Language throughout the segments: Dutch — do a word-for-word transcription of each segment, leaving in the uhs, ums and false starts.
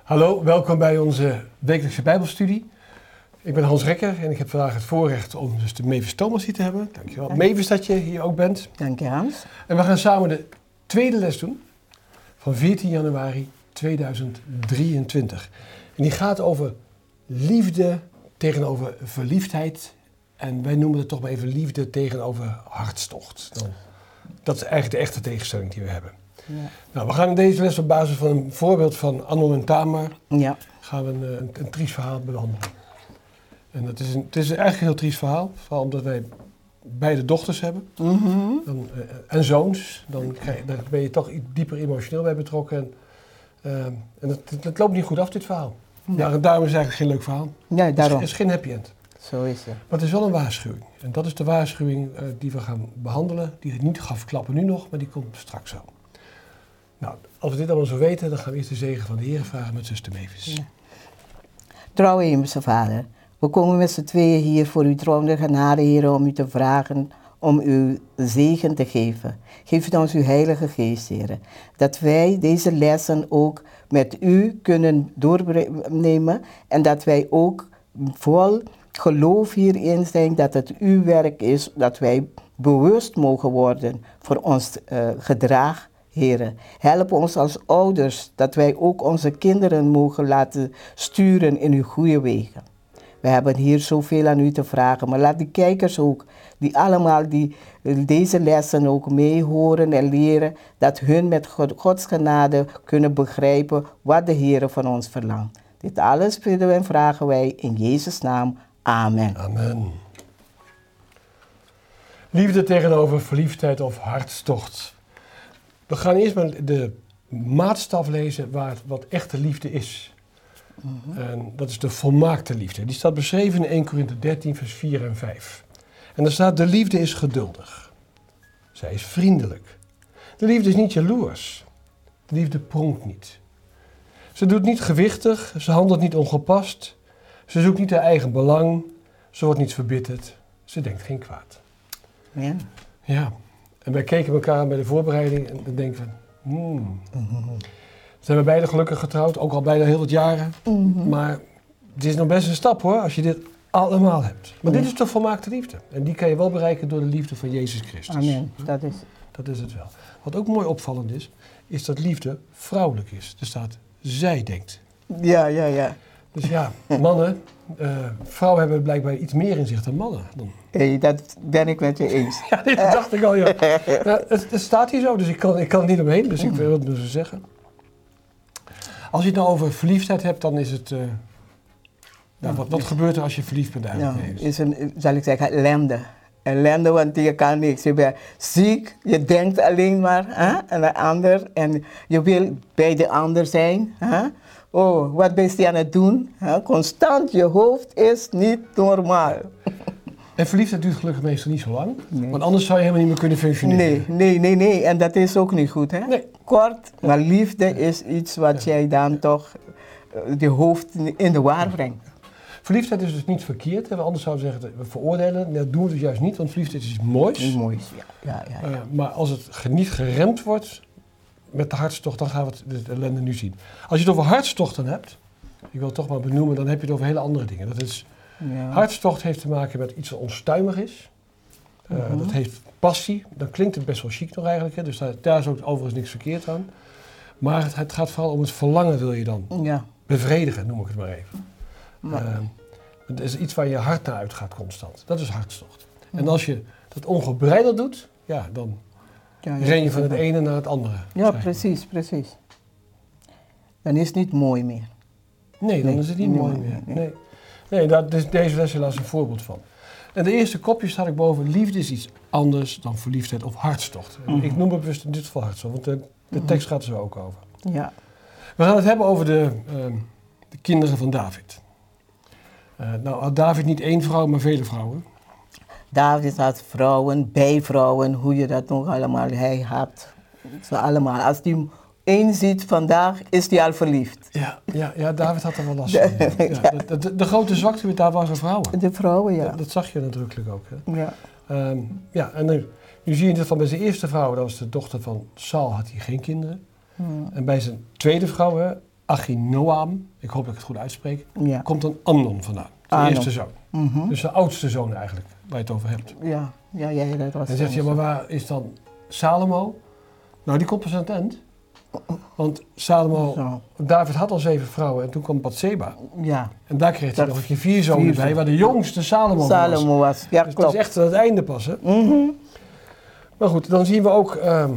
Hallo, welkom bij onze wekelijkse Bijbelstudie. Ik ben Hans Rekker en ik heb vandaag het voorrecht om dus de Mavis Thomas hier te hebben. Dankjewel. Dank. Mavis dat je hier ook bent. Dank je, Hans. En we gaan samen de tweede les doen van veertien januari tweeduizend drieëntwintig. En die gaat over liefde tegenover verliefdheid. En wij noemen het toch maar even liefde tegenover hartstocht. Dan, dat is eigenlijk de echte tegenstelling die we hebben. Ja. Nou, we gaan in deze les op basis van een voorbeeld van Amnon en Tamar Ja. gaan we een, een, een triest verhaal behandelen. En dat is een, het is eigenlijk een heel triest verhaal, vooral omdat wij beide dochters hebben Mm-hmm. dan, uh, en zoons. Dan, krijg, dan ben je toch iets dieper emotioneel bij betrokken. En, uh, en het, het loopt niet goed af, dit verhaal. Ja. Maar daarom is het eigenlijk geen leuk verhaal. Ja, Het daarom. is geen happy end. Zo is het. Maar het is wel een waarschuwing. En dat is de waarschuwing uh, die we gaan behandelen. Die ik niet ga verklappen nu nog, maar die komt straks wel. Nou, als we dit allemaal zo weten, dan gaan we eerst de zegen van de Heer vragen met zuster Mavis. Ja. Trouwe Hemelse Vader, we komen met z'n tweeën hier voor uw troon der genade, Heer, om u te vragen om uw zegen te geven. Geef ons uw heilige geest, Heer, dat wij deze lessen ook met u kunnen doornemen en dat wij ook vol geloof hierin zijn dat het uw werk is, dat wij bewust mogen worden voor ons uh, gedrag. Heren, help ons als ouders dat wij ook onze kinderen mogen laten sturen in uw goede wegen. We hebben hier zoveel aan u te vragen, maar laat de kijkers ook, die allemaal die, deze lessen ook meehoren en leren, dat hun met God, Gods genade kunnen begrijpen wat de Heer van ons verlangt. Dit alles bidden en vragen wij in Jezus' naam. Amen. Amen. Liefde tegenover verliefdheid of hartstocht. We gaan eerst maar de maatstaf lezen waar het, wat echte liefde is. Mm-hmm. En dat is de volmaakte liefde. Die staat beschreven in eerste Korinthe dertien, vers vier en vijf. En daar staat, de liefde is geduldig. Zij is vriendelijk. De liefde is niet jaloers. De liefde pronkt niet. Ze doet niet gewichtig, ze handelt niet ongepast. Ze zoekt niet haar eigen belang. Ze wordt niet verbitterd. Ze denkt geen kwaad. Ja. Ja. En wij keken elkaar aan bij de voorbereiding en dan denken we, hmm. Mm-hmm. Zijn we beide gelukkig getrouwd, ook al bijna heel wat jaren. Mm-hmm. Maar het is nog best een stap hoor, als je dit allemaal hebt. Maar dit is de volmaakte liefde. En die kan je wel bereiken door de liefde van Jezus Christus. Amen, dat is Dat is het wel. Wat ook mooi opvallend is, is dat liefde vrouwelijk is. Er staat, zij denkt. Ja, ja, ja. Dus ja, mannen, uh, vrouwen hebben blijkbaar iets meer in zich dan mannen. Dan. Hey, dat ben ik met je eens. Ja, dit dacht ik al, ja. Nou, het, het staat hier zo, dus ik kan, ik kan er niet omheen, dus ik wil het dus zeggen. Als je het nou over verliefdheid hebt, dan is het... Uh, nou, wat, wat gebeurt er als je verliefd bent eigenlijk? Ja, is een, zal ik zeggen, ellende. Ellende, want je kan niks. Je bent ziek, je denkt alleen maar hè, aan de ander en je wil bij de ander zijn. Hè? Oh, wat ben je aan het doen? Hè? Constant, je hoofd is niet normaal. En verliefdheid duurt gelukkig meestal niet zo lang, nee. Want anders zou je helemaal niet meer kunnen functioneren. Nee, nee, nee, nee. En dat is ook niet goed, hè? Nee. Kort, maar liefde is iets wat ja. jij dan toch de hoofd in de war brengt. Verliefdheid is dus niet verkeerd, hè? Anders zouden we zeggen, we veroordelen. Dat doen we dus juist niet, want verliefdheid is iets moois. Iets moois, ja. ja, ja, ja. Uh, maar als het niet geremd wordt met de hartstocht, dan gaan we het, de ellende nu zien. Als je het over hartstochten hebt, ik wil het toch maar benoemen, dan heb je het over hele andere dingen. Dat is, ja. Hartstocht heeft te maken met iets wat onstuimig is. Uh, mm-hmm. Dat heeft passie. Dan klinkt het best wel chic nog eigenlijk, hè? Dus daar, daar is ook overigens niks verkeerd aan. Maar het, het gaat vooral om het verlangen wil je dan ja. bevredigen, noem ik het maar even. Maar. Uh, het is iets waar je hart naar uitgaat constant. Dat is hartstocht. Mm. En als je dat ongebreideld doet, ja, dan ja, ja, ren je van het ene naar het andere. Ja, precies, precies. Dan is het niet mooi meer. Nee, dan nee, is het niet nee, mooi meer. Nee, nee. nee daar is deze les helaas een voorbeeld van. En de eerste kopje staat ik boven, liefde is iets anders dan verliefdheid of hartstocht. Mm-hmm. Ik noem het bewust in dit geval hartstocht, want de, de mm-hmm. tekst gaat er zo ook over. Ja. We gaan het hebben over de, uh, de kinderen van David. Uh, nou had David niet één vrouw, maar vele vrouwen. David had vrouwen, bijvrouwen, hoe je dat nog allemaal, hij had ze allemaal. Als hij één ziet vandaag, is hij al verliefd. Ja, ja, ja, David had er wel last van. Ja. Ja, de, de, de grote zwakte met daar waren vrouwen. De vrouwen, ja. Dat, dat zag je nadrukkelijk ook. Hè. Ja. Um, ja, en nu, nu zie je dit van bij zijn eerste vrouw, dat was de dochter van Saul, had hij geen kinderen. Hmm. En bij zijn tweede vrouw, hè, Achinoam, ik hoop dat ik het goed uitspreek, Ja. komt dan Amnon vandaan. De Amnon. eerste zoon. Mhm. Dus de oudste zoon eigenlijk, waar je het over hebt. Ja, ja, ja, dat was En zegt je, maar waar is dan Salomo? Nou, die komt pas aan het eind. Want Salomo, Zo. David had al zeven vrouwen en toen kwam Bathseba. Ja, En daar kreeg hij Dat- nog een keer vier zonen vier bij, zonen. waar de jongste Salomo, van was. Salomo was. Ja, Dus klopt. dat is echt aan het einde pas, hè? Mhm. Maar goed, dan zien we ook... ehm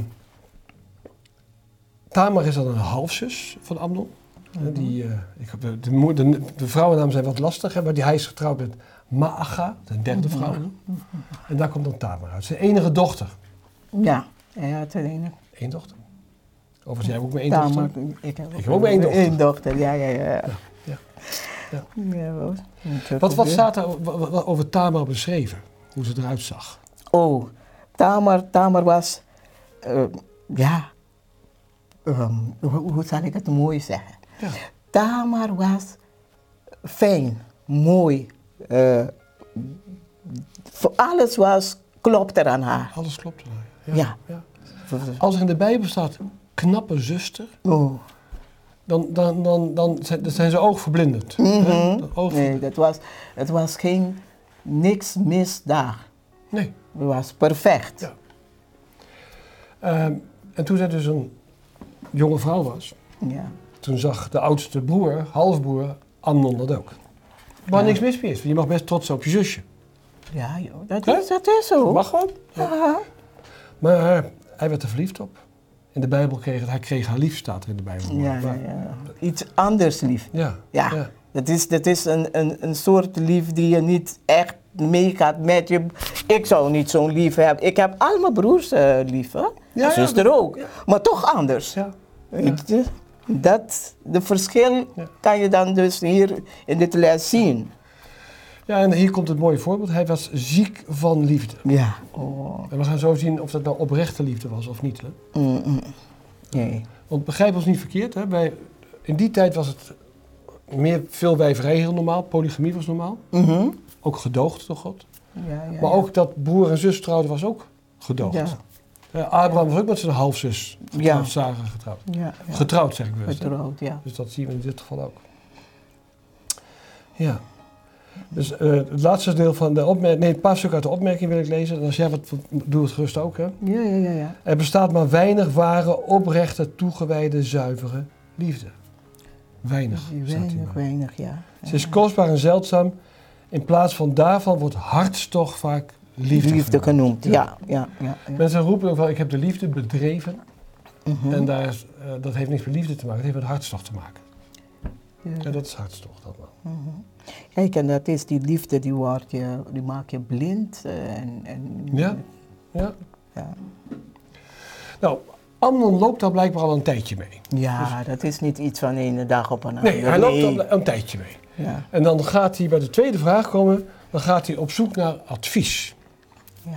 Tamar is dan een halfzus van Amnon. Mhm. Die, uh, ik, heb de, de, moe- de, de vrouwennaam zijn wat lastig, hè, maar die, hij is getrouwd met Maacha, de derde Mhm. vrouw. En daar komt dan Tamar uit. Zijn enige dochter. Ja, hij had er een. Eén dochter. Overigens, jij hebt ook maar één Tamar, dochter. ik heb Ik heb ook maar één dochter. Één dochter, ja, ja, ja. Ja, ja. Ja. Ja, hoor. Wat, wat staat er o- wa- wa- over Tamar beschreven? Hoe ze eruit zag? Oh, Tamar, Tamar was, eh, ja, ehm, hoe, hoe zal ik het mooi zeggen? Ja. Tamar was fijn, mooi. eh, voor alles was, klopte aan haar. Alles klopt. Ja. Ja. Ja. Als er in de Bijbel staat knappe zuster, Oh. dan, dan, dan, dan, zijn, dan zijn ze oogverblindend. hè? Mhm. Dat oog- Nee, dat was, het was geen, niks mis daar. nee. Het was perfect. Ja. Ehm, en toen zij dus een jonge vrouw was, Ja. toen zag de oudste broer, halfbroer, Amnon dat ook. Maar Ja. niks mis mee is, want je mag best trots zijn op je zusje. Ja, joh, dat, Hè? is, dat is zo. Mag gewoon. Ja. Maar eh, hij werd er verliefd op. In de Bijbel kreeg het, hij kreeg haar lief, staat er in de Bijbel. Ja, ja, Maar- ja. Iets anders lief. ja. Ja, ja. dat is, dat is een, een, een soort lief die je niet echt meegaat met je. Ik zou niet zo'n lief hebben. Ik heb al mijn broers eh, lief, hè? Ja, Mijn ja, zuster dat- ook. ja. Maar toch anders. Ja. Weet je? Dat, de verschil Ja. kan je dan dus hier in dit les zien. Ja, en hier komt het mooie voorbeeld. Hij was ziek van liefde. Ja. Oh. En we gaan zo zien of dat nou oprechte liefde was of niet. Hè? Mm, mm. Nee. Want begrijp ons niet verkeerd. Hè? Bij, in die tijd was het meer veel wijverij heel normaal. Polygamie was normaal. Mhm. Ook gedoogd door God. Ja, ja, Maar ja. ook dat broer en zus trouwden was ook gedoogd. Ja. Eh, Abraham was ook met zijn halfzus getrouwd, Ja. Sarah getrouwd. Ja, ja. Getrouwd zeg ik wel eens, hè? Getrouwd, ja. Dus dat zien we in dit geval ook. Ja. Dus eh, het laatste deel van de opmerking, nee, een paar stukken uit de opmerking wil ik lezen. En als jij wat, doe het gerust ook, hè. Ja, ja, ja, ja. Er bestaat maar weinig ware, oprechte, toegewijde, zuivere liefde. Weinig, staat hier Weinig, maar. weinig, ja. Ze is kostbaar en zeldzaam. In plaats van daarvan wordt hartstocht vaak liefde, Liefde genoemd. genoemd, ja, ja, ja. ja. Mensen roepen ook wel, ik heb de liefde bedreven. Mhm. En daar is, eh, dat heeft niks met liefde te maken, het heeft met hartstocht te maken. Ja. En dat is hartstocht allemaal. Mhm. Kijk, en dat is die liefde, die, wordt je, die maakt je blind. eh, En, en, Ja? Ja. ja. Nou, Amnon loopt daar blijkbaar al een tijdje mee. Ja, dat is niet iets van ene dag op een andere. Nee, hij loopt al een tijdje mee. Ja, En dan gaat hij bij de tweede vraag komen, dan gaat hij op zoek naar advies. ja.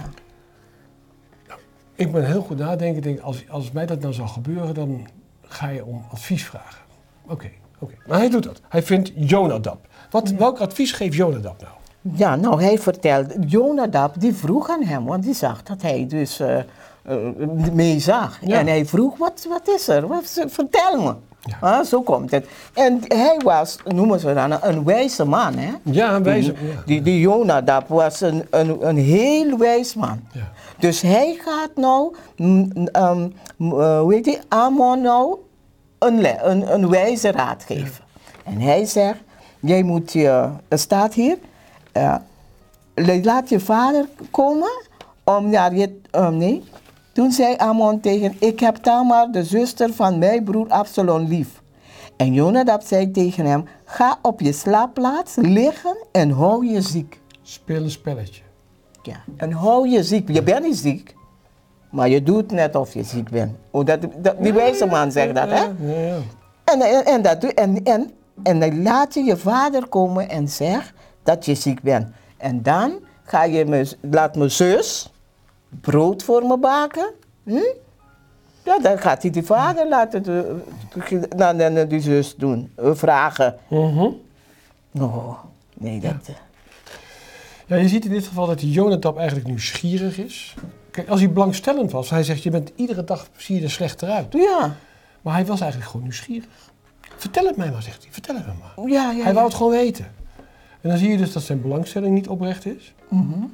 Ik ben heel goed nadenken, denk, als, als mij dat nou zou gebeuren, dan ga je om advies vragen. Oké, oké. Maar hij doet dat. Hij vindt Jonadab. Wat, welk advies geeft Jonadab nou? Ja, nou hij vertelt, Jonadab die vroeg aan hem, want die zag dat hij dus uh, uh, meezag. Ja. En hij vroeg, wat, wat is er? Wat, vertel me. Ja. Ah, zo komt het. En hij was, noemen ze dan, een wijze man. Hè? Ja, een wijze. Die, Ja. die, die Jonadab was een, een, een heel wijs man. Ja. Dus hij gaat nou, mm, um, uh, hoe heet die, Amon nou, een, le- een, een wijze raad geven. Ja. En hij zegt, jij moet je, er staat hier, uh, laat je vader komen om naar je, um, nee. Toen zei Amon tegen, ik heb Tamar, de zuster van mijn broer Absalom, lief. En Jonadab zei tegen hem, ga op je slaapplaats liggen en hou je ziek. Speel een spelletje. Ja, en hou je ziek. Je bent niet ziek, maar je doet net of je ziek bent. Oh, dat, dat, die wijze man zegt dat, hè? Ja, ja, ja. En, en, en, dat, doe- en, en, en dan laat je je vader komen en zeg dat je ziek bent. En dan ga je me, laat mijn zus brood voor me baken. Hm? Ja, dan gaat hij die vader laten de, naar de, naar die zus doen, eh, vragen. Mhm. Oh, nee, dat... eh, Ja, je ziet in dit geval dat die Jonadab eigenlijk nieuwsgierig is. Kijk, als hij belangstellend was, hij zegt, je bent iedere dag zie je er slechter uit. Ja, Maar hij was eigenlijk gewoon nieuwsgierig. Vertel het mij maar, zegt hij. Vertel het me maar. Ja, ja, hij wou ja. het gewoon weten. En dan zie je dus dat zijn belangstelling niet oprecht is. Mm-hmm.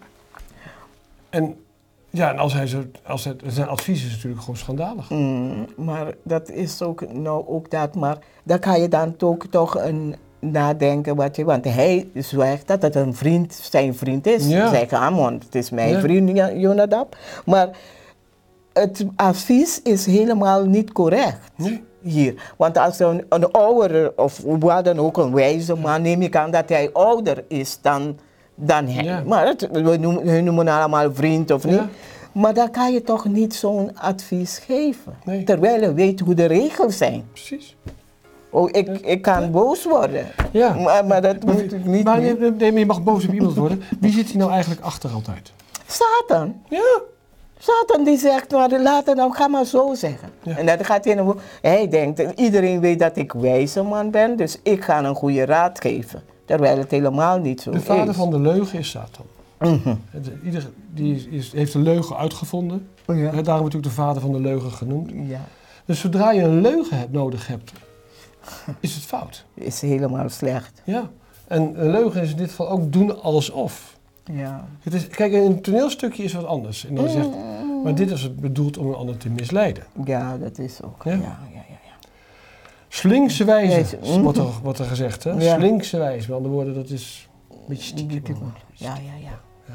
En ja, en als hij zo, als hij, zijn advies is natuurlijk gewoon schandalig. Mm, maar dat is ook, nou ook dat, maar dan kan je dan ook toch een nadenken wat je, want hij zegt dat het een vriend, zijn vriend is. Ja. Zeg Amon, het is mijn Ja. vriend Jonadab. Maar het advies is helemaal niet correct. Nee. Hier. Want als een, een oudere, of wat dan ook, een wijze man, neem ik aan dat hij ouder is dan, dan hij. Ja. Maar het, we noemen, we noemen allemaal vriend of niet. Ja. Maar dan kan je toch niet zo'n advies geven. Nee. Terwijl je weet hoe de regels zijn. Precies. Oh, ik, ik kan boos worden. Ja. Maar, maar dat Maar, moet ik niet maar doen. nee, nee, maar je mag boos op iemand worden. Wie zit hier nou eigenlijk achter altijd? Satan. Ja. Satan die zegt, maar laat het nou, ga maar zo zeggen. Ja. En dan gaat hij, naar, hij denkt, iedereen weet dat ik wijze man ben, dus ik ga een goede raad geven. Terwijl het helemaal niet zo De is. vader van de leugen is Satan. Mhm. De- Ieder, die is, is- heeft de leugen uitgevonden. Ja. Hè, Daarom wordt ook de vader van de leugen genoemd. Ja, Dus zodra je een leugen hebt, nodig hebt, is het fout. is helemaal slecht. Ja. En een leugen is in dit geval ook doen alsof. Ja. Het is, kijk, een toneelstukje is wat anders. En dan zegt, Mm. maar dit is het bedoeld om een ander te misleiden. Ja, dat is ook. Ja. Ja, ja, ja. ja. Slinkse wijze, Wijze, is wordt er, wordt er gezegd. Hè? Ja. Slinkse wijze, met andere woorden, dat is een beetje stiekem. Ja, ja, ja.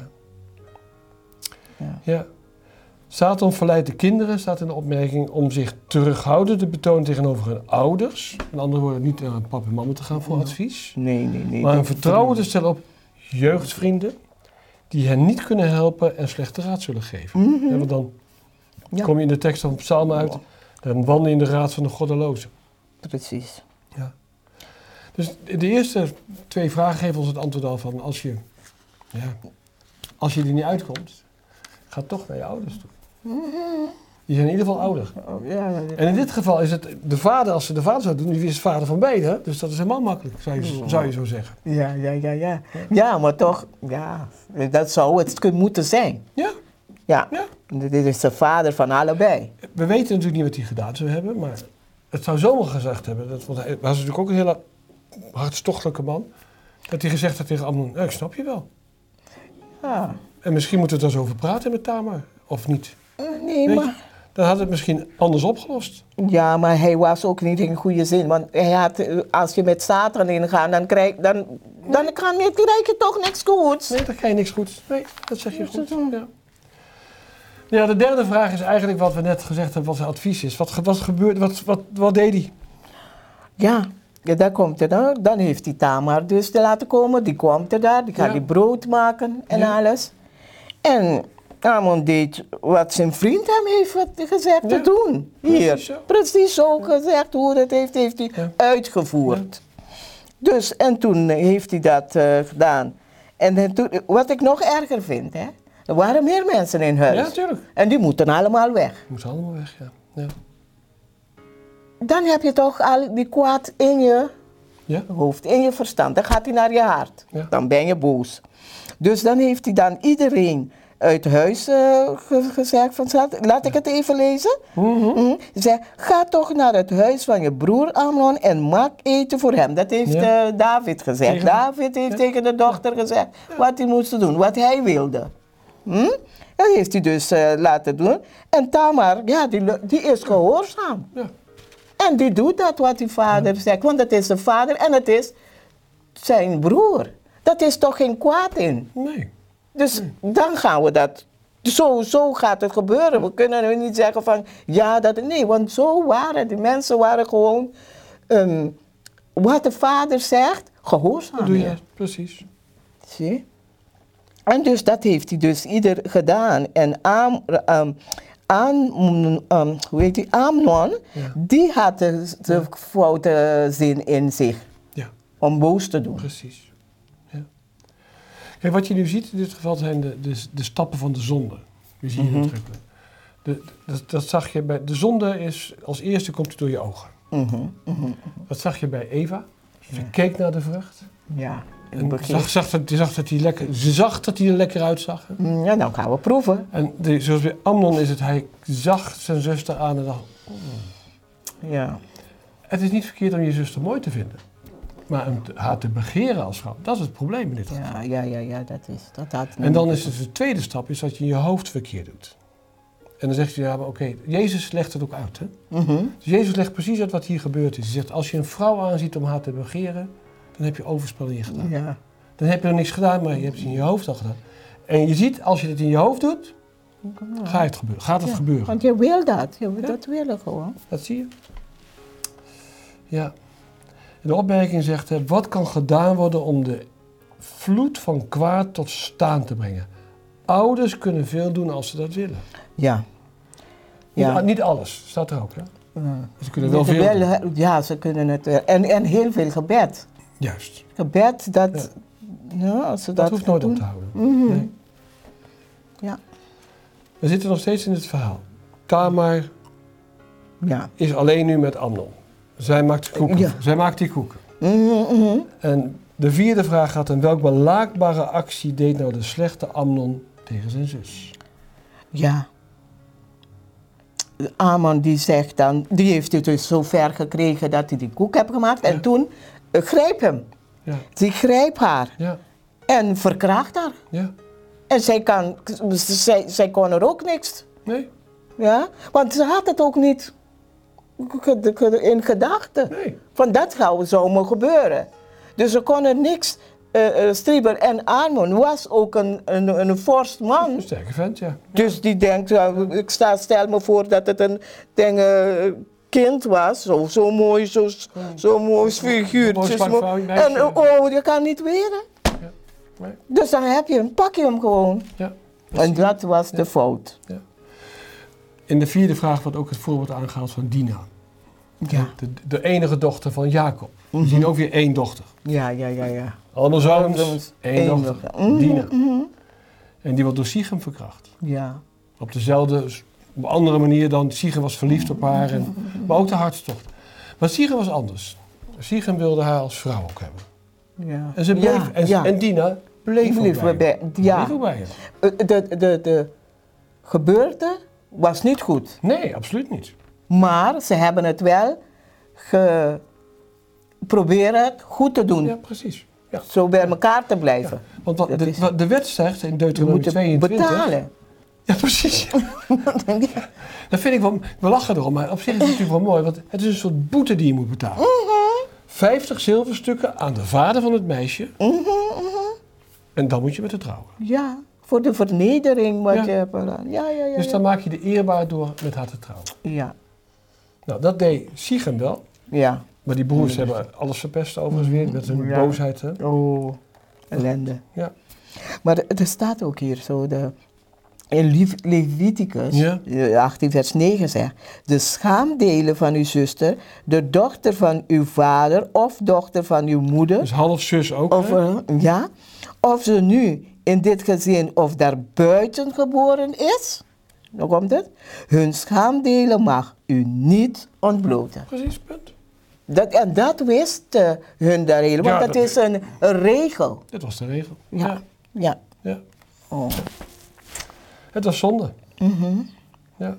Ja. Ja. Satan verleidt de kinderen, staat in de opmerking, om zich terughoudend te betonen tegenover hun ouders. Met andere woorden, niet naar papa en mama te gaan voor advies. Nee, nee, nee. Maar hun dat- vertrouwen te stellen op jeugdvrienden die hen niet kunnen helpen en slechte raad zullen geven. Mhm. Ja, want dan Ja. kom je in de tekst van Psalmen uit, dan wandel je in de raad van de goddelozen. Precies. Ja. Dus de eerste twee vragen geven ons het antwoord al van, als je, ja, als je er niet uitkomt, ga toch naar je ouders toe. Die zijn in ieder geval ouder. Oh, ja, ja. En in dit geval is het de vader, als ze de vader zou doen, die is vader van beide. Dus dat is helemaal makkelijk, zou je, zou je zo zeggen. Ja, ja, ja, ja. Ja, maar toch, ja, dat zou het kunnen moeten zijn. Ja, Ja, ja. dit is de vader van allebei. We weten natuurlijk niet wat hij gedaan zou hebben, maar het zou zomaar gezegd hebben, dat, want hij was natuurlijk ook een hele hartstochtelijke man, dat hij gezegd had tegen Amnon, ja, ik snap je wel. Ja. En misschien moeten we het er eens over praten met Tamar, of niet. Eh, Nee, Weet je, maar, dan had het misschien anders opgelost. ja, maar hij was ook niet in goede zin. Want hij had, eh, als je met Satan ingaat, dan krijg, dan, dan kan je, krijg je toch niks goeds. Nee, dan krijg je niks goeds. Nee, dat zeg je Dat is goed. Ja. Ja, de derde vraag is eigenlijk wat we net gezegd hebben, wat zijn advies is. Wat, ge- wat gebeurde, wat, wat, wat deed hij? Ja, ja, daar komt het dan. Dan heeft hij Tamar dus te laten komen. Die komt er daar, die gaat Ja. die brood maken en Ja. alles. En Amon deed wat zijn vriend hem heeft wat gezegd Ja, te doen. Hier, precies zo. precies zo gezegd hoe dat heeft, heeft hij Ja. uitgevoerd. Dus, en toen heeft hij dat eh, gedaan. En eh, toen, wat ik nog erger vind, hè, er waren meer mensen in huis. Ja, natuurlijk. En die moeten allemaal weg. Moest allemaal weg, ja. Ja. Dan heb je toch al die kwaad in je Ja? hoofd, in je verstand. Dan gaat hij naar je hart. Ja. Dan ben je boos. Dus dan heeft hij dan iedereen uit huis eh, ge- gezegd van, laat, laat ik het even lezen. Mhm. Mhm. Hij zei, ga toch naar het huis van je broer Amnon en maak eten voor hem. Dat heeft Ja. eh, David gezegd. Tegen- David heeft Ja. tegen de dochter gezegd wat hij moest doen, wat hij wilde. Hm? Dat heeft hij dus eh, laten doen. En Tamar, ja, die, lu- die is gehoorzaam. Ja. En die doet dat wat die vader zegt, want het is de vader en het is zijn broer. Dat is toch geen kwaad in. Nee. Dus dan gaan we dat, zo, zo gaat het gebeuren. We kunnen nu niet zeggen van, ja, dat, nee, want zo waren, die mensen waren gewoon, ehm, wat de vader zegt, gehoorzaam. Dat doe je, ja. precies. Zie? En dus dat heeft hij dus ieder gedaan. En Am, um, Am, um, hoe heet die? Amnon, Ja. die had de, de foute zin in zich Ja, om boos te doen. precies. Ja. Kijk, wat je nu ziet in dit geval zijn de, de, de stappen van de zonde. Die zie je Mhm. nadrukkelijk. De, dat, dat zag je bij, de zonde is, als eerste komt het door je ogen. Mhm, mhm. Dat zag je bij Eva. Ze keek naar de vrucht. Ja, in En het begin. zag, zag dat, zag dat hij lekker, ze zag dat hij er lekker uitzag. hè. Mm, Ja, dan gaan we proeven. En de, zoals bij Amnon is het, hij zag zijn zuster aan en dacht... Ja. het is niet verkeerd om je zuster mooi te vinden. Maar om te, haar te begeren als vrouw, dat is het probleem in dit geval. Ja, ja, ja, ja, dat is dat had En dan is dus de tweede stap is dat je in je hoofd verkeerd doet. En dan zegt je, ja, maar oké, okay, Jezus legt het ook uit. Hè? Mm-hmm. Dus Jezus legt precies uit wat hier gebeurd is. Hij zegt, als je een vrouw aanziet om haar te begeren, dan heb je overspel in je gedaan. Ja. Dan heb je nog niks gedaan, maar je hebt het in je hoofd al gedaan. En je ziet, als je het in je hoofd doet, gaat het gebeuren. Gaat het ja, gebeuren. Want je wil dat. Je wil Ja. dat willen gewoon. Dat zie je. Ja. En de opmerking zegt, hè, wat kan gedaan worden om de vloed van kwaad tot staan te brengen? Ouders kunnen veel doen als ze dat willen. Ja. Ja. Ja. Niet alles, staat er ook. Hè? Ja. Ze kunnen wel Ze veel doen. wel, ja, ze kunnen het. wel. En, en heel veel gebed. Juist. Gebed, dat... Ja, als ze Dat, dat hoeft nooit doen. op te houden. Mm-hmm. Nee. Ja. We zitten nog steeds in het verhaal. Tamar Ja. is alleen nu met Amnon. Zij maakt koeken. Ja. Zij maakt die koeken. Mm-hmm, mm-hmm. En de vierde vraag gaat: en welk belaakbare actie deed nou de slechte Amnon tegen zijn zus? Ja. Amon die zegt dan, die heeft het dus zo ver gekregen dat hij die koek heeft gemaakt. En Ja. toen, uh, grijp hem. Ja, Die grijpt haar ja, en verkracht haar. ja. En zij, kan, zij, zij kon er ook niks. Nee, Ja? Want ze had het ook niet ge- ge- in gedachten. nee. Van dat zou zomaar gebeuren. Dus ze kon er niks. Uh, uh, Strieber en Amon was ook een, een, een vorst man. Een sterke vent, ja. Dus die denkt, ja, ik sta, stel me voor dat het een ding, uh, kind was. Zo, zo mooi, zo, zo mooi figuurtje. mooi Zo- smak vrouw, meisje. En uh, oh, je kan niet weren. Ja, nee. Dus dan heb je hem, pak je hem gewoon. Ja. En dat was de fout. In de vierde vraag wordt ook het voorbeeld aangehaald van Dina. Ja, De, de enige dochter van Jacob. We Mhm. zien ook weer één dochter. ja, ja, ja. ja. Allemaal zoons, Zoons, één één dochter. dochter. Mhm, Dina. mhm. En die wordt door Sichem verkracht. Ja, Op dezelfde, op een andere manier dan Sichem was verliefd op haar. En, maar ook de hartstocht. Maar Sichem was anders. Sichem wilde haar als vrouw ook hebben. ja. En, ze bleef, ja, en, ja. en Dina bleef ook Bleef bij bij- hem. ja. Bleef ook bij hem. Uh, De, de, de gebeurde was niet goed. Nee, absoluut niet. Maar ze hebben het wel geprobeerd goed te doen. Ja, precies. Ja. Zo bij elkaar te blijven. Want wat Dat de, is- wat de wet zegt in Je Deuteronomie moet het tweeëntwintig... betalen. Ja, precies. Dat vind ik wel... We lachen erom, maar op zich is het natuurlijk wel mooi. Want het is een soort boete die je moet betalen. vijftig zilverstukken aan de vader van het meisje. En dan moet je met haar trouwen. Ja, voor de vernedering wat Ja. je hebt gedaan. Ja, ja, ja. Dus ja. dan maak je de eerbaar door met haar te trouwen. Ja, Nou, dat deed Sichem wel. ja. Maar die broers hebben alles verpest overigens weer. Met hun Ja. boosheid. Hè? Oh, ellende. Ja. Maar er er staat ook hier zo, de, in Lev- Leviticus Ja. eh, achttien vers negen zegt, de schaamdelen van uw zuster, de dochter van uw vader of dochter van uw moeder, Dus half zus ook. of, hè? eh, ja, of ze nu in dit gezin of daarbuiten geboren is, dan komt het, hun schaamdelen mag u niet ontbloten. Precies, punt. Dat, en dat wist uh, hun daar heel, want Ja, dat, dat- is een, een regel. Dit was de regel. Ja, Ja. ja. ja. Oh. Het was zonde. Mhm. Ja.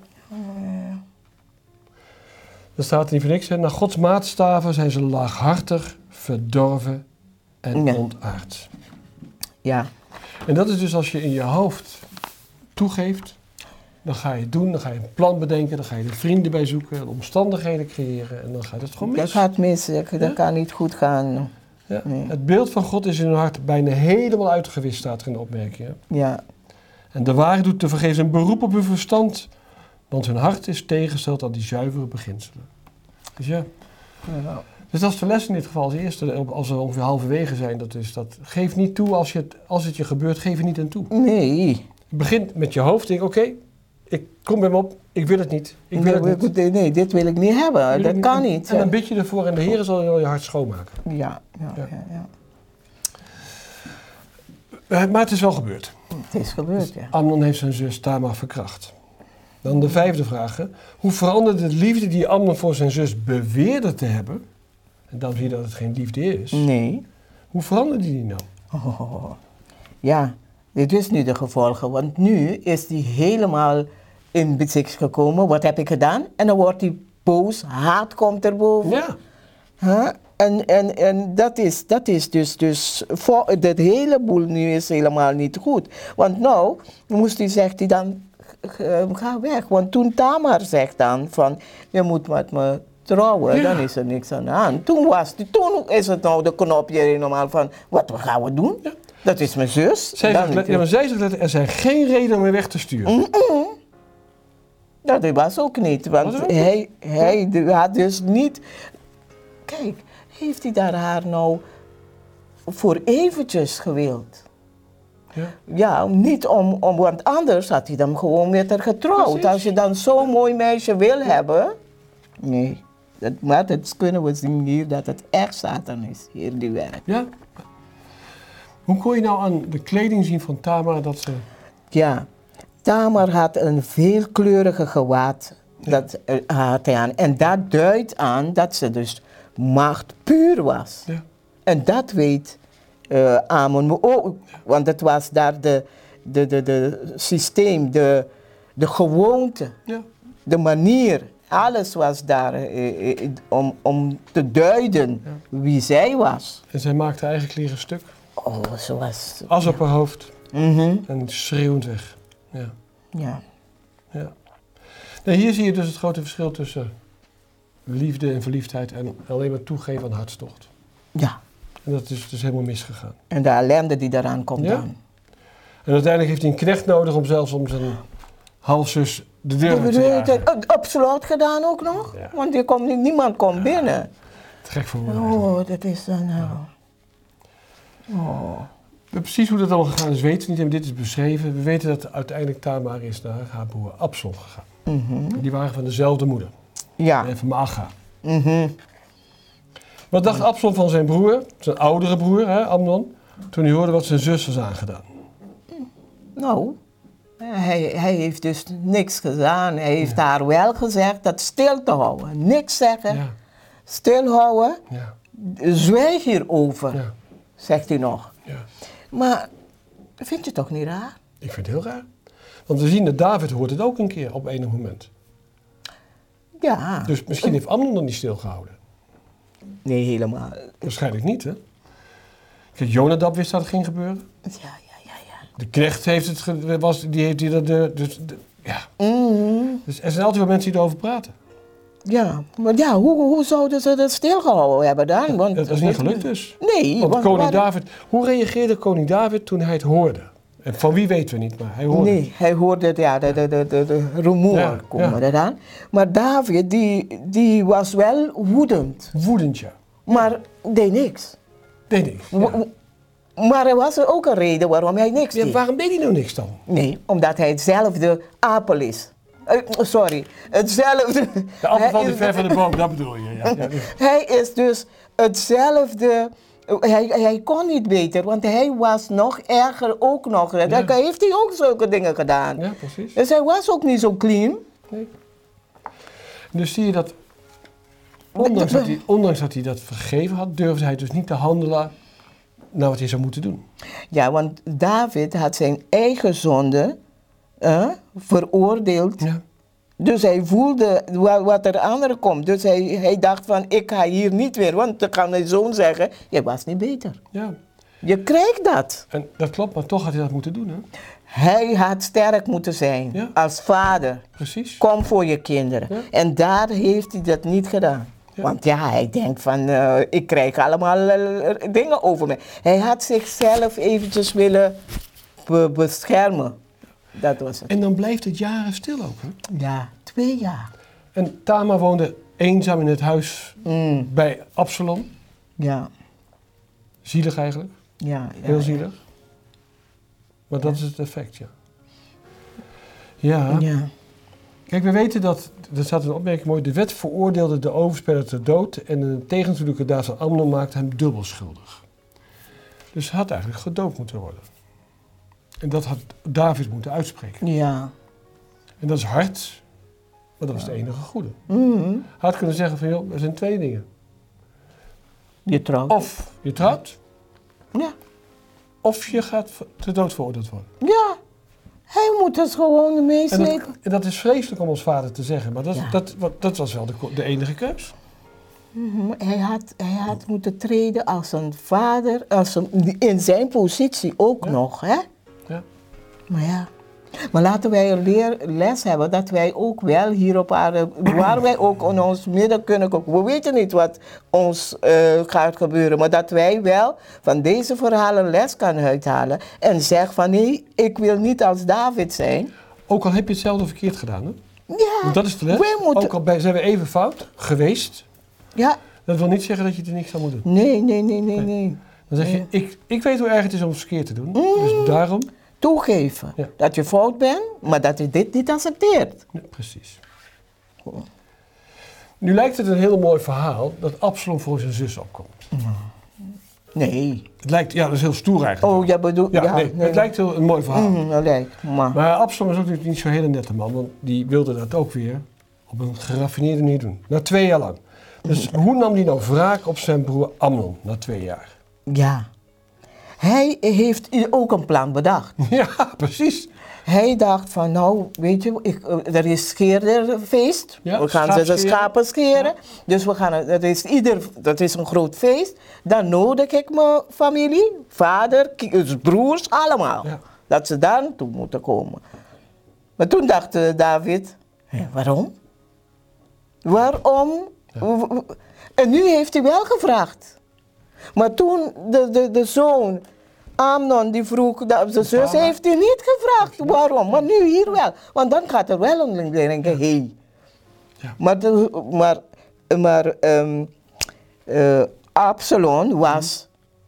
Er staat niet voor niks, hè. Naar Gods maatstaven zijn ze laaghartig, verdorven en Ja. ontaard. Ja, En dat is dus als je in je hoofd toegeeft, dan ga je het doen, dan ga je een plan bedenken, dan ga je er vrienden bij zoeken, omstandigheden creëren en dan gaat het gewoon dat mis. gaat mis, dat Ja. kan niet goed gaan. Ja. Nee. Het beeld van God is in hun hart bijna helemaal uitgewist, staat er in de opmerking. Hè. Ja, En de waarheid doet tevergeefs een beroep op hun verstand, want hun hart is tegengesteld aan die zuivere beginselen. Dus ja, ja. dus dat is de les in dit geval als eerste, als we ongeveer halverwege zijn, dat is dat, geef niet toe als, je het, als het je gebeurt, geef er niet aan toe. Nee. Begin met je hoofd, denk oké, ik kom bij me op, ik wil het niet, ik wil het niet. nee, nee, dit wil ik niet hebben, Wil ik dat niet. kan En- niet. En dan bid je ervoor en de Heer zal je hart schoonmaken. Ja, ja, Ja. ja. ja. Eh, Maar het is wel gebeurd. Het is gebeurd, ja. Amnon heeft zijn zus Tamar verkracht. Dan de vijfde vraag. hè. Hoe veranderde de liefde die Amnon voor zijn zus beweerde te hebben, en dan zie je dat het geen liefde is, Nee. hoe veranderde die nou? Oh, ja, dit is nu de gevolgen, want nu is die helemaal in bezit gekomen. Wat heb ik gedaan? En dan wordt hij boos, haat komt erboven. Ja. Huh? En, en, en dat is, dat is dus, dus voor, dat hele boel nu is helemaal niet goed. Want nou moest hij, zegt hij dan, ga weg. Want toen Tamar zegt dan van, je moet met me trouwen, ja. Dan is er niks aan de hand. Toen, was die, toen is het nou de knopje helemaal van, wat gaan we doen? Ja. Dat is mijn zus. Zij dan, zegt, ja, maar zij zegt, er zijn geen reden om hem weg te sturen. Mm-mm. Dat was ook niet, want ook hij, hij ja. had dus niet... Kijk, heeft hij daar haar nou voor eventjes gewild? Ja, ja niet om, om, want anders had hij dan gewoon met haar getrouwd. Precies. Als je dan zo'n mooi meisje wil ja. hebben... Nee, dat, maar dat kunnen we zien hier dat het echt Satan is, hier die werkt. Ja. Hoe kon je nou aan de kleding zien van Tamar dat ze... Ja, Tamar had een veelkleurige gewaad, ja. dat uh, had hij aan. En dat duidt aan dat ze dus macht puur was. Ja. En dat weet uh, Amon ook, want het was daar de, de, de, de systeem, de, de gewoonte, ja. de manier. Alles was daar uh, uh, om, om te duiden ja. wie zij was. En zij maakte eigen kleren stuk. Oh, zo was... As op ja. haar hoofd. Mm-hmm. En schreeuwend weg. Ja. Ja. ja. Nou, hier zie je dus het grote verschil tussen liefde en verliefdheid en alleen maar toegeven aan hartstocht. Ja. En dat is dus helemaal misgegaan. En de ellende die daaraan komt ja. dan. En uiteindelijk heeft hij een knecht nodig om zelfs om zijn halfzus de deur uit te jagen. Op slot gedaan ook nog, ja. want die komt, niemand komt ja. binnen. Te gek voor woorden. Oh, dat is dan nou... Ja. Oh. Precies hoe dat allemaal gegaan is, weten we niet. En dit is beschreven. We weten dat uiteindelijk Tamar is naar haar broer Absalom gegaan. Mm-hmm. Die waren van dezelfde moeder. Ja. En van Maaga. Mm-hmm. Wat dacht Absalom van zijn broer, zijn oudere broer, hè, Amnon, toen hij hoorde wat zijn zus was aangedaan? Nou, hij, hij heeft dus niks gedaan. Hij heeft ja. haar wel gezegd dat stil te houden. Niks zeggen, ja. stilhouden, ja. zwijg hierover. Ja. Zegt hij nog. Ja. Maar vind je het toch niet raar? Ik vind het heel raar. Want we zien dat David hoort het ook een keer op enig moment. Ja. Dus misschien heeft Amnon dan niet stilgehouden. Nee, helemaal. Waarschijnlijk niet, hè? Kijk, Jonadab wist dat het ging gebeuren. Ja, ja, ja, ja. De knecht heeft het, ge- was, die heeft die dat, de, dus, de, ja. Mm-hmm. Dus er zijn altijd wel mensen die erover praten. Ja, maar ja, hoe, hoe zouden ze dat stilgehouden hebben dan? Want, dat is niet gelukt dus. Nee. Want, want koning David, hoe reageerde koning David toen hij het hoorde? En van wie weten we niet, maar hij hoorde Nee, hij hoorde het, ja, de, de, de, de, de rumoer ja, komen ja. eraan. Maar David, die, die was wel woedend. Woedend, ja. Maar deed niks. Deed niks, ja. Maar er was ook een reden waarom hij niks ja, deed. Waarom deed hij nou niks dan? Nee, omdat hij hetzelfde apel is. Uh, sorry, hetzelfde... De appel valt niet ver van de boom, dat bedoel je. Ja, ja. Hij is dus hetzelfde... Hij, hij kon niet beter, want hij was nog erger ook nog. Ja. Dan heeft hij ook zulke dingen gedaan. Ja, precies. Dus hij was ook niet zo clean. Nee. Dus zie je dat, ondanks dat, hij, ondanks dat hij dat vergeven had, durfde hij dus niet te handelen naar wat hij zou moeten doen. Ja, want David had zijn eigen zonde uh, veroordeeld. Ja. Dus hij voelde wat er aan komt. Dus hij, hij dacht van, ik ga hier niet weer. Want dan kan mijn zoon zeggen, je was niet beter. Ja. Je krijgt dat. En dat klopt, maar toch had hij dat moeten doen, hè? Hij had sterk moeten zijn. Ja. Als vader. Precies. Kom voor je kinderen. Ja. En daar heeft hij dat niet gedaan. Ja. Want ja, hij denkt van, uh, ik krijg allemaal uh, dingen over me. Hij had zichzelf eventjes willen be- beschermen. Dat was het. En dan blijft het jaren stil ook, hè? Ja, twee jaar. En Tamar woonde eenzaam in het huis mm. bij Absalom. Ja. Zielig eigenlijk. Ja. ja Heel zielig. Maar dat ja. is het effect, ja. Ja. Ja. Kijk, we weten dat, er staat een opmerking mooi, de wet veroordeelde de overspeler ter dood en een tegenspoedige daad van Amnon maakte hem dubbel schuldig. Dus hij had eigenlijk gedood moeten worden. En dat had David moeten uitspreken. Ja. En dat is hard, maar dat was ja. het enige goede. Mm-hmm. Hij had kunnen zeggen van, joh, er zijn twee dingen. Je trouwt. Of je trouwt. Ja. Of je gaat ter dood veroordeeld worden. Ja. Hij moet moeten ze gewoon meeslepen. En dat, en dat is vreselijk om als vader te zeggen, maar dat, Ja. dat, wat, dat was wel de, de enige keus. Mm-hmm. Hij had, hij had moeten treden als een vader, als een, in zijn positie ook Ja. nog, hè? Ja. Maar ja. Maar laten wij een leer, les hebben dat wij ook wel hier op aarde, waar wij ook in ons midden kunnen komen. We weten niet wat ons uh, gaat gebeuren, maar dat wij wel van deze verhalen les kunnen uithalen en zeggen van nee, ik wil niet als David zijn. Ook al heb je hetzelfde verkeerd gedaan, hè? Ja, Want dat is de les. wij moeten... Ook al bij, zijn we even fout geweest, Ja. dat wil niet zeggen dat je er niks aan moet doen. Nee, nee, nee, nee, nee. Dan zeg je, Nee. ik, ik weet hoe erg het is om het verkeerd te doen, Mm. dus daarom... Toegeven Ja. dat je fout bent, maar dat je dit niet accepteert. Ja, precies. Nu lijkt het een heel mooi verhaal dat Absalom voor zijn zus opkomt. Nee. Het lijkt, ja, dat is heel stoer eigenlijk. Oh, ja, bedoel... ja, Ja, nee, nee. het lijkt heel een mooi verhaal. Mm, dat lijkt, maar... Maar Absalom is ook natuurlijk niet zo'n hele nette man, want die wilde dat ook weer op een geraffineerde manier doen. Na twee jaar lang. Dus hoe nam hij nou wraak op zijn broer Amnon na twee jaar? Ja. Hij heeft ook een plan bedacht. Ja, precies. Hij dacht van, nou, weet je, ik, er is scheerderfeest. Ja, we gaan ze de schaapscheren. schapen scheren. Dus we gaan, dat is ieder, dat is een groot feest. Dan nodig ik mijn familie, vader, ki- broers, allemaal. Ja. Dat ze daar naartoe moeten komen. Maar toen dacht uh, David, hé, waarom? Waarom? Ja. En nu heeft hij wel gevraagd. Maar toen de, de, de zoon, Amnon, die vroeg, de, de zus, Mama. heeft hij niet gevraagd. Waarom? Maar nu hier wel. Want dan gaat er wel een denken, hé. Hey. Ja. Maar, de, maar, maar um, uh, Absalom was,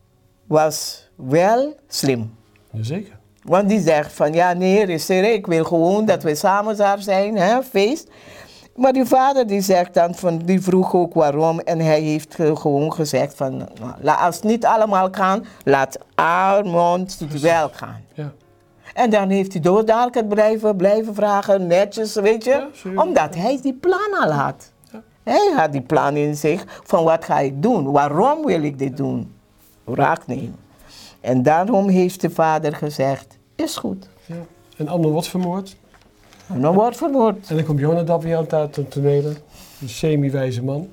was wel slim. Jazeker. Want die zegt van, ja nee, Esther, ik wil gewoon dat we samen daar zijn, hè, feest. Maar die vader die zegt dan, van, die vroeg ook waarom en hij heeft ge- gewoon gezegd van, nou, la- als het niet allemaal kan, laat Amnon het wel gaan. Ja. En dan heeft hij door daar blijven, blijven vragen, netjes, weet je, Ja, serieus. omdat hij die plan al had. Ja. Hij had die plan in zich van wat ga ik doen, waarom wil ik dit doen? Wraak nemen. En daarom heeft de vader gezegd, is goed. Ja. En Amnon wordt vermoord. En dan wordt vermoord. En dan komt Jonadab weer aan het ten tonele. Een semi-wijze man.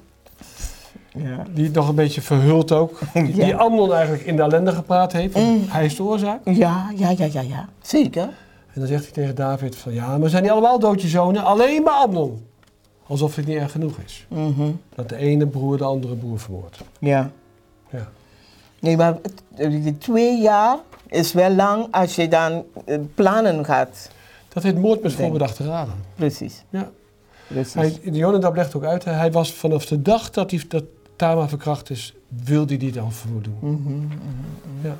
Ja. Die het nog een beetje verhult ook. Die, Ja. die Amnon eigenlijk in de ellende gepraat heeft. van, Mm. Hij is de oorzaak. Ja, ja, ja, ja, ja. Zeker. En dan zegt hij tegen David van ja, maar zijn die allemaal dood je zonen? Alleen maar Amnon. Alsof het niet erg genoeg is. Mhm. Dat de ene broer de andere broer vermoordt. Ja. Ja. Nee, maar het- die twee jaar is wel lang als je dan eh, plannen gaat. Dat heet moord met Denk. voorbedachte raden. Precies. Ja. Precies. Hij, de Jonadab legt ook uit, hè, hij was vanaf de dag dat, hij, dat Tamar verkracht is, wilde hij dit dan voor doen. Mhm, mhm. Ja.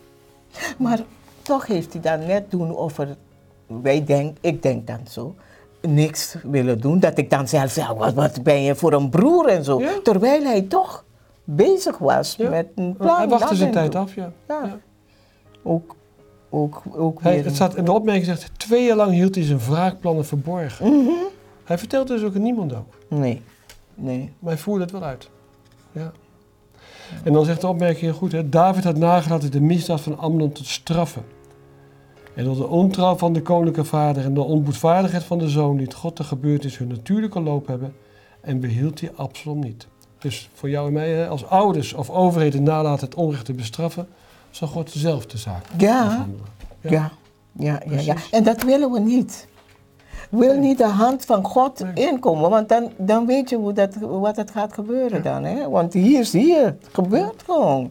Maar toch heeft hij dan net doen over, wij denk, ik denk dan zo, niks willen doen. Dat ik dan zelf zeg, wat, wat ben je voor een broer en zo. Ja. Terwijl hij toch bezig was Ja. met een plan. Hij wachtte dat zijn en tijd zo. af, ja. Ja. Ja. Ook, ook, ook Hij, weer. het staat in de opmerking zegt, twee jaar lang hield hij zijn wraakplannen verborgen. Mhm. Hij vertelde dus ook aan niemand ook. Nee, nee. Maar hij voerde het wel uit. Ja. En dan zegt de opmerking heel goed, hè, David had nagelaten de misdaad van Amnon te straffen. En door de ontrouw van de koninklijke vader en de onboedvaardigheid van de zoon liet God de gebeurtenis hun natuurlijke loop hebben en behield die Absalom niet. Dus voor jou en mij, hè, als ouders of overheden nalaten het onrecht te bestraffen, zal God zelf de zaak Ja, afhandelen. ja, ja, ja, ja, ja. Precies. En dat willen we niet. We willen niet de hand van God Nee. inkomen, want dan, dan weet je hoe dat, wat het gaat gebeuren dan. Hè? Want hier zie je, het gebeurt gewoon.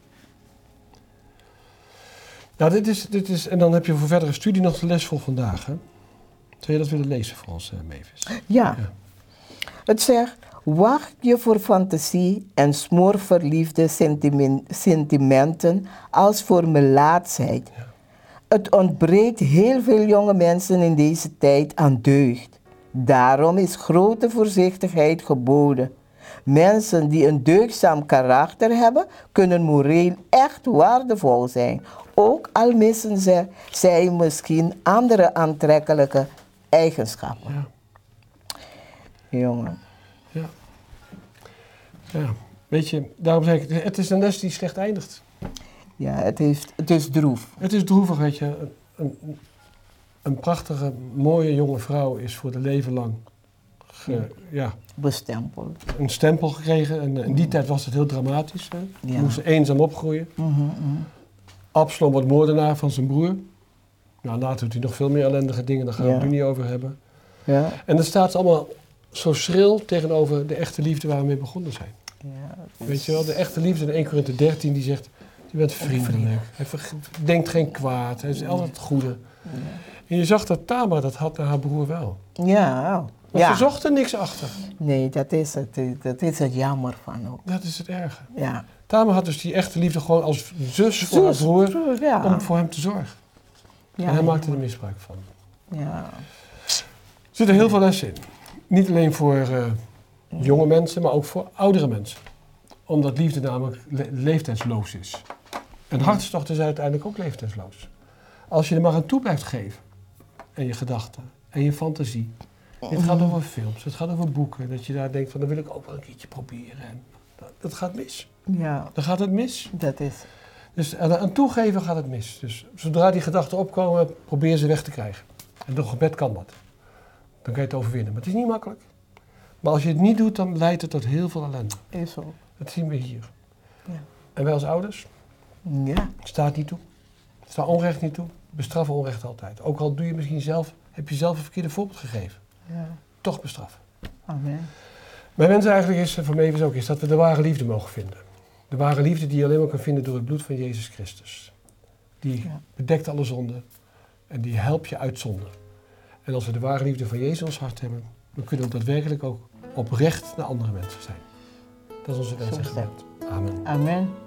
Nou, dit is, dit is, en dan heb je voor verdere studie nog de les voor vandaag. Hè? Zou je dat willen lezen voor ons, uh, Mavis? Ja. Ja. Het zegt, wacht je voor fantasie en smoorverliefde sentimen- sentimenten als voor melaatsheid. Ja. Het ontbreekt heel veel jonge mensen in deze tijd aan deugd. Daarom is grote voorzichtigheid geboden. Mensen die een deugdzaam karakter hebben, kunnen moreel echt waardevol zijn. Ook al missen ze, zij misschien andere aantrekkelijke eigenschappen. Ja. Jongen. Ja. Ja. Weet je, daarom zeg ik, het is een les die slecht eindigt. Ja, het, heeft, het is droef. Het is droevig, weet je. Een, een, een prachtige, mooie jonge vrouw is voor de leven lang ge, ja. Ja, bestempeld. Een stempel gekregen. En in die mm. tijd was het heel dramatisch. Hè? Ja. Moest ze eenzaam opgroeien. Mm-hmm, mm. Absalom wordt moordenaar van zijn broer. Nou, later doet hij nog veel meer ellendige dingen, daar gaan we ja. het nu niet over hebben. Ja. En dan staat ze allemaal zo schril tegenover de echte liefde waar we mee begonnen zijn. Ja, dus... Weet je wel, de echte liefde in Eerste Korinthe dertien die zegt, je bent vriendelijk, hij denkt geen kwaad, hij is altijd het goede. Ja. En je zag dat Tamar dat had naar haar broer wel. Ja. Want ja. ze zocht er niks achter. Nee, dat is het, dat is het jammer van ook. Dat is het erge. Ja. Tamar had dus die echte liefde gewoon als zus voor haar broer, broer ja. om voor hem te zorgen. Ja, en hij maakte er misbruik van. Ja. Er zitten heel veel lessen in. Niet alleen voor uh, jonge mensen, maar ook voor oudere mensen. Omdat liefde namelijk le- leeftijdsloos is. En hartstochten zijn uiteindelijk ook leeftijdsloos. Als je er maar aan toe blijft geven. En je gedachten. En je fantasie. Het gaat over films. Het gaat over boeken. Dat je daar denkt van, dat wil ik ook wel een keertje proberen. En dat, dat gaat mis. Ja. Dan gaat het mis. Dat is. Dus aan, aan toegeven gaat het mis. Dus zodra die gedachten opkomen, probeer ze weg te krijgen. En door gebed kan dat. Dan kan je het overwinnen. Maar het is niet makkelijk. Maar als je het niet doet, dan leidt het tot heel veel ellende. Is zo. Dat zien we hier. Ja. En wij als ouders? Ja. Staat niet toe. Sta onrecht niet toe. Bestraffen onrecht altijd. Ook al doe je misschien zelf, heb je zelf een verkeerde voorbeeld gegeven. Ja. Toch bestraffen. Amen. Mijn wens eigenlijk is, voor Mavis ook, is dat we de ware liefde mogen vinden. De ware liefde die je alleen maar kan vinden door het bloed van Jezus Christus. Die ja. bedekt alle zonden en die helpt je uit zonde. En als we de ware liefde van Jezus in ons hart hebben, dan kunnen we daadwerkelijk ook oprecht naar andere mensen zijn. Dat is onze wens en gebed. Amen. Amen.